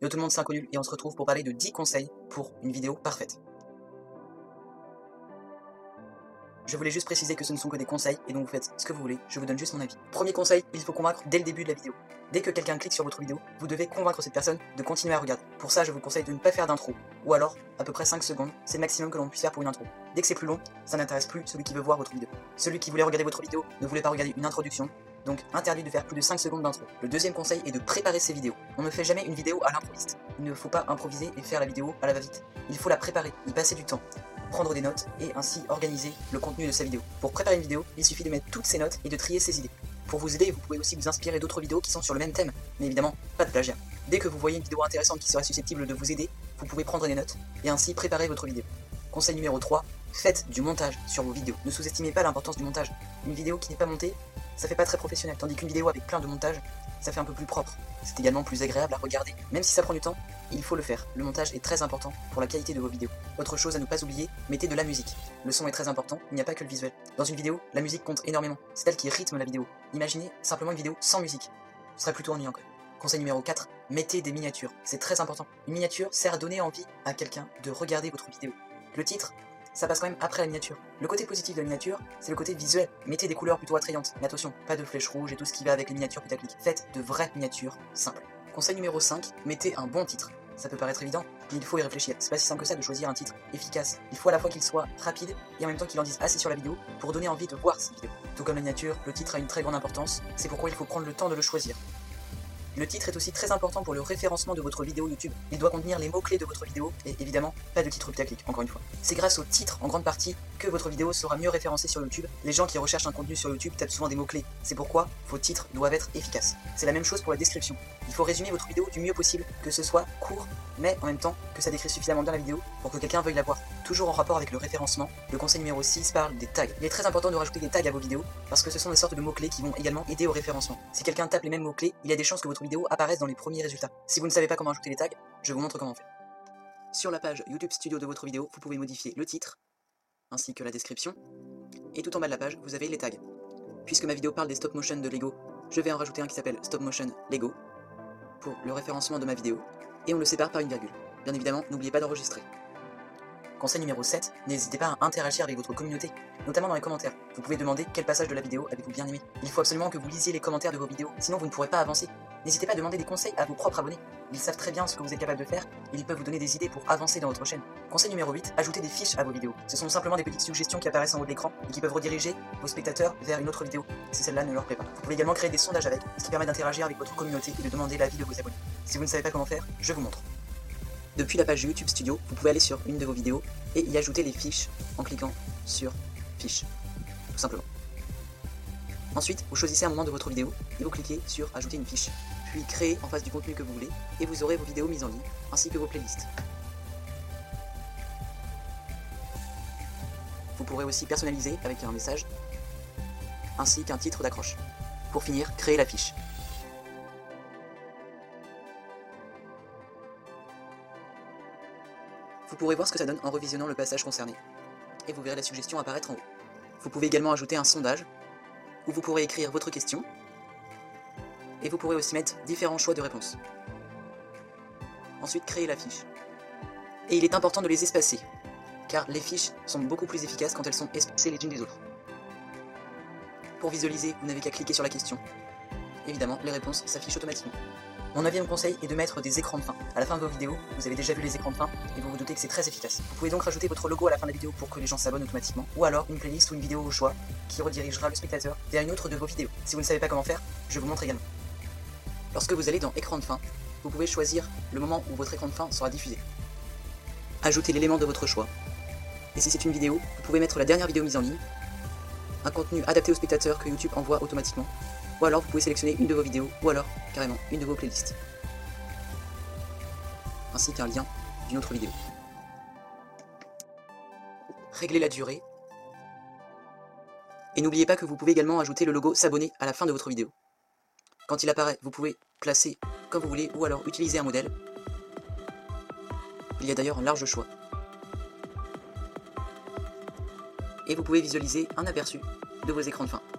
Yo tout le monde, c'est Inconnu et on se retrouve pour parler de 10 conseils pour une vidéo parfaite. Je voulais juste préciser que ce ne sont que des conseils et donc vous faites ce que vous voulez, je vous donne juste mon avis. Premier conseil, il faut convaincre dès le début de la vidéo. Dès que quelqu'un clique sur votre vidéo, vous devez convaincre cette personne de continuer à regarder. Pour ça, je vous conseille de ne pas faire d'intro, ou alors à peu près 5 secondes, c'est le maximum que l'on puisse faire pour une intro. Dès que c'est plus long, ça n'intéresse plus celui qui veut voir votre vidéo. Celui qui voulait regarder votre vidéo ne voulait pas regarder une introduction, donc interdit de faire plus de 5 secondes d'intro. Le deuxième conseil est de préparer ses vidéos. On ne fait jamais une vidéo à l'improviste. Il ne faut pas improviser et faire la vidéo à la va-vite. Il faut la préparer, y passer du temps, prendre des notes et ainsi organiser le contenu de sa vidéo. Pour préparer une vidéo, il suffit de mettre toutes ses notes et de trier ses idées. Pour vous aider, vous pouvez aussi vous inspirer d'autres vidéos qui sont sur le même thème, mais évidemment, pas de plagiat. Dès que vous voyez une vidéo intéressante qui serait susceptible de vous aider, vous pouvez prendre des notes et ainsi préparer votre vidéo. Conseil numéro 3, faites du montage sur vos vidéos. Ne sous-estimez pas l'importance du montage. Une vidéo qui n'est pas montée, ça fait pas très professionnel, tandis qu'une vidéo avec plein de montage, ça fait un peu plus propre. C'est également plus agréable à regarder. Même si ça prend du temps, il faut le faire. Le montage est très important pour la qualité de vos vidéos. Autre chose à ne pas oublier, mettez de la musique. Le son est très important, il n'y a pas que le visuel. Dans une vidéo, la musique compte énormément. C'est elle qui rythme la vidéo. Imaginez simplement une vidéo sans musique. Ce serait plutôt ennuyant quand même. Conseil numéro 4, mettez des miniatures. C'est très important. Une miniature sert à donner envie à quelqu'un de regarder votre vidéo. Le titre, ça passe quand même après la miniature. Le côté positif de la miniature, c'est le côté visuel. Mettez des couleurs plutôt attrayantes. Mais attention, pas de flèches rouges et tout ce qui va avec les miniatures putaclic. Faites de vraies miniatures simples. Conseil numéro 5, mettez un bon titre. Ça peut paraître évident, mais il faut y réfléchir. C'est pas si simple que ça de choisir un titre efficace. Il faut à la fois qu'il soit rapide et en même temps qu'il en dise assez sur la vidéo pour donner envie de voir cette vidéo. Tout comme la miniature, le titre a une très grande importance, c'est pourquoi il faut prendre le temps de le choisir. Le titre est aussi très important pour le référencement de votre vidéo YouTube. Il doit contenir les mots-clés de votre vidéo et évidemment pas de titre putaclic, encore une fois. C'est grâce au titre en grande partie que votre vidéo sera mieux référencée sur YouTube. Les gens qui recherchent un contenu sur YouTube tapent souvent des mots-clés. C'est pourquoi vos titres doivent être efficaces. C'est la même chose pour la description. Il faut résumer votre vidéo du mieux possible, que ce soit court, mais en même temps que ça décrit suffisamment bien la vidéo pour que quelqu'un veuille la voir. Toujours en rapport avec le référencement, le conseil numéro 6 parle des tags. Il est très important de rajouter des tags à vos vidéos parce que ce sont des sortes de mots-clés qui vont également aider au référencement. Si quelqu'un tape les mêmes mots-clés, il y a des chances que votre vidéo apparaisse dans les premiers résultats. Si vous ne savez pas comment ajouter les tags, je vous montre comment faire. Sur la page YouTube Studio de votre vidéo, vous pouvez modifier le titre, ainsi que la description, et tout en bas de la page, vous avez les tags. Puisque ma vidéo parle des stop motion de Lego, je vais en rajouter un qui s'appelle Stop Motion Lego, pour le référencement de ma vidéo, et on le sépare par une virgule. Bien évidemment, n'oubliez pas d'enregistrer. Conseil numéro 7, n'hésitez pas à interagir avec votre communauté, notamment dans les commentaires. Vous pouvez demander quel passage de la vidéo avez-vous bien aimé. Il faut absolument que vous lisiez les commentaires de vos vidéos, sinon vous ne pourrez pas avancer. N'hésitez pas à demander des conseils à vos propres abonnés. Ils savent très bien ce que vous êtes capable de faire, et ils peuvent vous donner des idées pour avancer dans votre chaîne. Conseil numéro 8, ajoutez des fiches à vos vidéos. Ce sont simplement des petites suggestions qui apparaissent en haut de l'écran et qui peuvent rediriger vos spectateurs vers une autre vidéo, si celle-là ne leur plaît pas. Vous pouvez également créer des sondages avec, ce qui permet d'interagir avec votre communauté et de demander l'avis de vos abonnés. Si vous ne savez pas comment faire, je vous montre. Depuis la page YouTube Studio, vous pouvez aller sur une de vos vidéos et y ajouter les fiches en cliquant sur Fiches, tout simplement. Ensuite, vous choisissez un moment de votre vidéo et vous cliquez sur Ajouter une fiche, puis créer en face du contenu que vous voulez et vous aurez vos vidéos mises en ligne, ainsi que vos playlists. Vous pourrez aussi personnaliser avec un message, ainsi qu'un titre d'accroche. Pour finir, créez la fiche. Vous pourrez voir ce que ça donne en revisionnant le passage concerné, et vous verrez la suggestion apparaître en haut. Vous pouvez également ajouter un sondage, où vous pourrez écrire votre question, et vous pourrez aussi mettre différents choix de réponses. Ensuite, créer la fiche. Et il est important de les espacer, car les fiches sont beaucoup plus efficaces quand elles sont espacées les unes des autres. Pour visualiser, vous n'avez qu'à cliquer sur la question. Évidemment, les réponses s'affichent automatiquement. Mon 9e conseil est de mettre des écrans de fin. À la fin de vos vidéos, vous avez déjà vu les écrans de fin et vous vous doutez que c'est très efficace. Vous pouvez donc rajouter votre logo à la fin de la vidéo pour que les gens s'abonnent automatiquement, ou alors une playlist ou une vidéo au choix qui redirigera le spectateur vers une autre de vos vidéos. Si vous ne savez pas comment faire, je vous montre également. Lorsque vous allez dans écran de fin, vous pouvez choisir le moment où votre écran de fin sera diffusé. Ajoutez l'élément de votre choix. Et si c'est une vidéo, vous pouvez mettre la dernière vidéo mise en ligne, un contenu adapté au spectateur que YouTube envoie automatiquement, ou alors vous pouvez sélectionner une de vos vidéos, ou alors carrément une de vos playlists, ainsi qu'un lien d'une autre vidéo. Réglez la durée, et n'oubliez pas que vous pouvez également ajouter le logo s'abonner à la fin de votre vidéo. Quand il apparaît, vous pouvez placer comme vous voulez, ou alors utiliser un modèle. Il y a d'ailleurs un large choix. Et vous pouvez visualiser un aperçu de vos écrans de fin.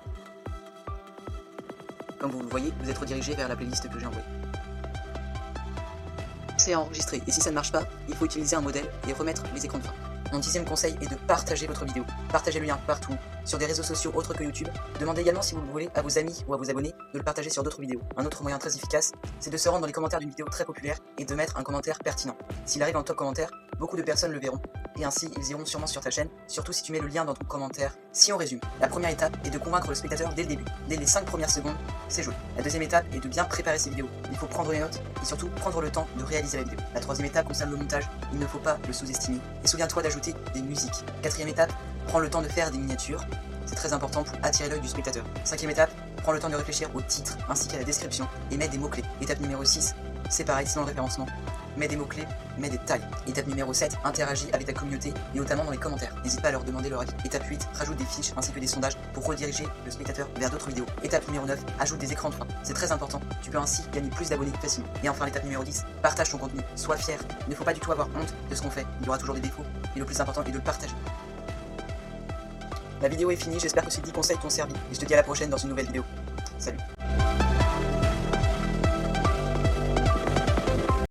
Comme vous le voyez, vous êtes redirigé vers la playlist que j'ai envoyée. c'est à enregistrer. Et si ça ne marche pas, il faut utiliser un modèle et remettre les écrans de fin. Mon 10e conseil est de partager votre vidéo. Partagez le lien partout, sur des réseaux sociaux autres que YouTube. Demandez également si vous le voulez à vos amis ou à vos abonnés de le partager sur d'autres vidéos. Un autre moyen très efficace, c'est de se rendre dans les commentaires d'une vidéo très populaire et de mettre un commentaire pertinent. S'il arrive en top commentaire, beaucoup de personnes le verront. Et ainsi, ils iront sûrement sur ta chaîne, surtout si tu mets le lien dans ton commentaire. Si on résume, la première étape est de convaincre le spectateur dès le début. Dès les 5 premières secondes, c'est joué. La deuxième étape est de bien préparer ses vidéos. Il faut prendre les notes et surtout prendre le temps de réaliser la vidéo. La troisième étape concerne le montage. Il ne faut pas le sous-estimer. Et souviens-toi d'ajouter des musiques. Quatrième étape, prends le temps de faire des miniatures. C'est très important pour attirer l'œil du spectateur. Cinquième étape, prends le temps de réfléchir au titre ainsi qu'à la description et mets des mots-clés. Étape numéro 6, c'est pareil, sinon le référencement. Mets des mots-clés, mets des tailles. Étape numéro 7, interagis avec ta communauté et notamment dans les commentaires. N'hésite pas à leur demander leur avis. Étape 8, rajoute des fiches ainsi que des sondages pour rediriger le spectateur vers d'autres vidéos. Étape numéro 9, ajoute des écrans de fin. C'est très important, tu peux ainsi gagner plus d'abonnés facilement. Et enfin l'étape numéro 10, partage ton contenu, sois fier. Il ne faut pas du tout avoir honte de ce qu'on fait, il y aura toujours des défauts, mais le plus important est de le partager. La vidéo est finie, j'espère que ces 10 conseils t'ont servi et je te dis à la prochaine dans une nouvelle vidéo. Salut.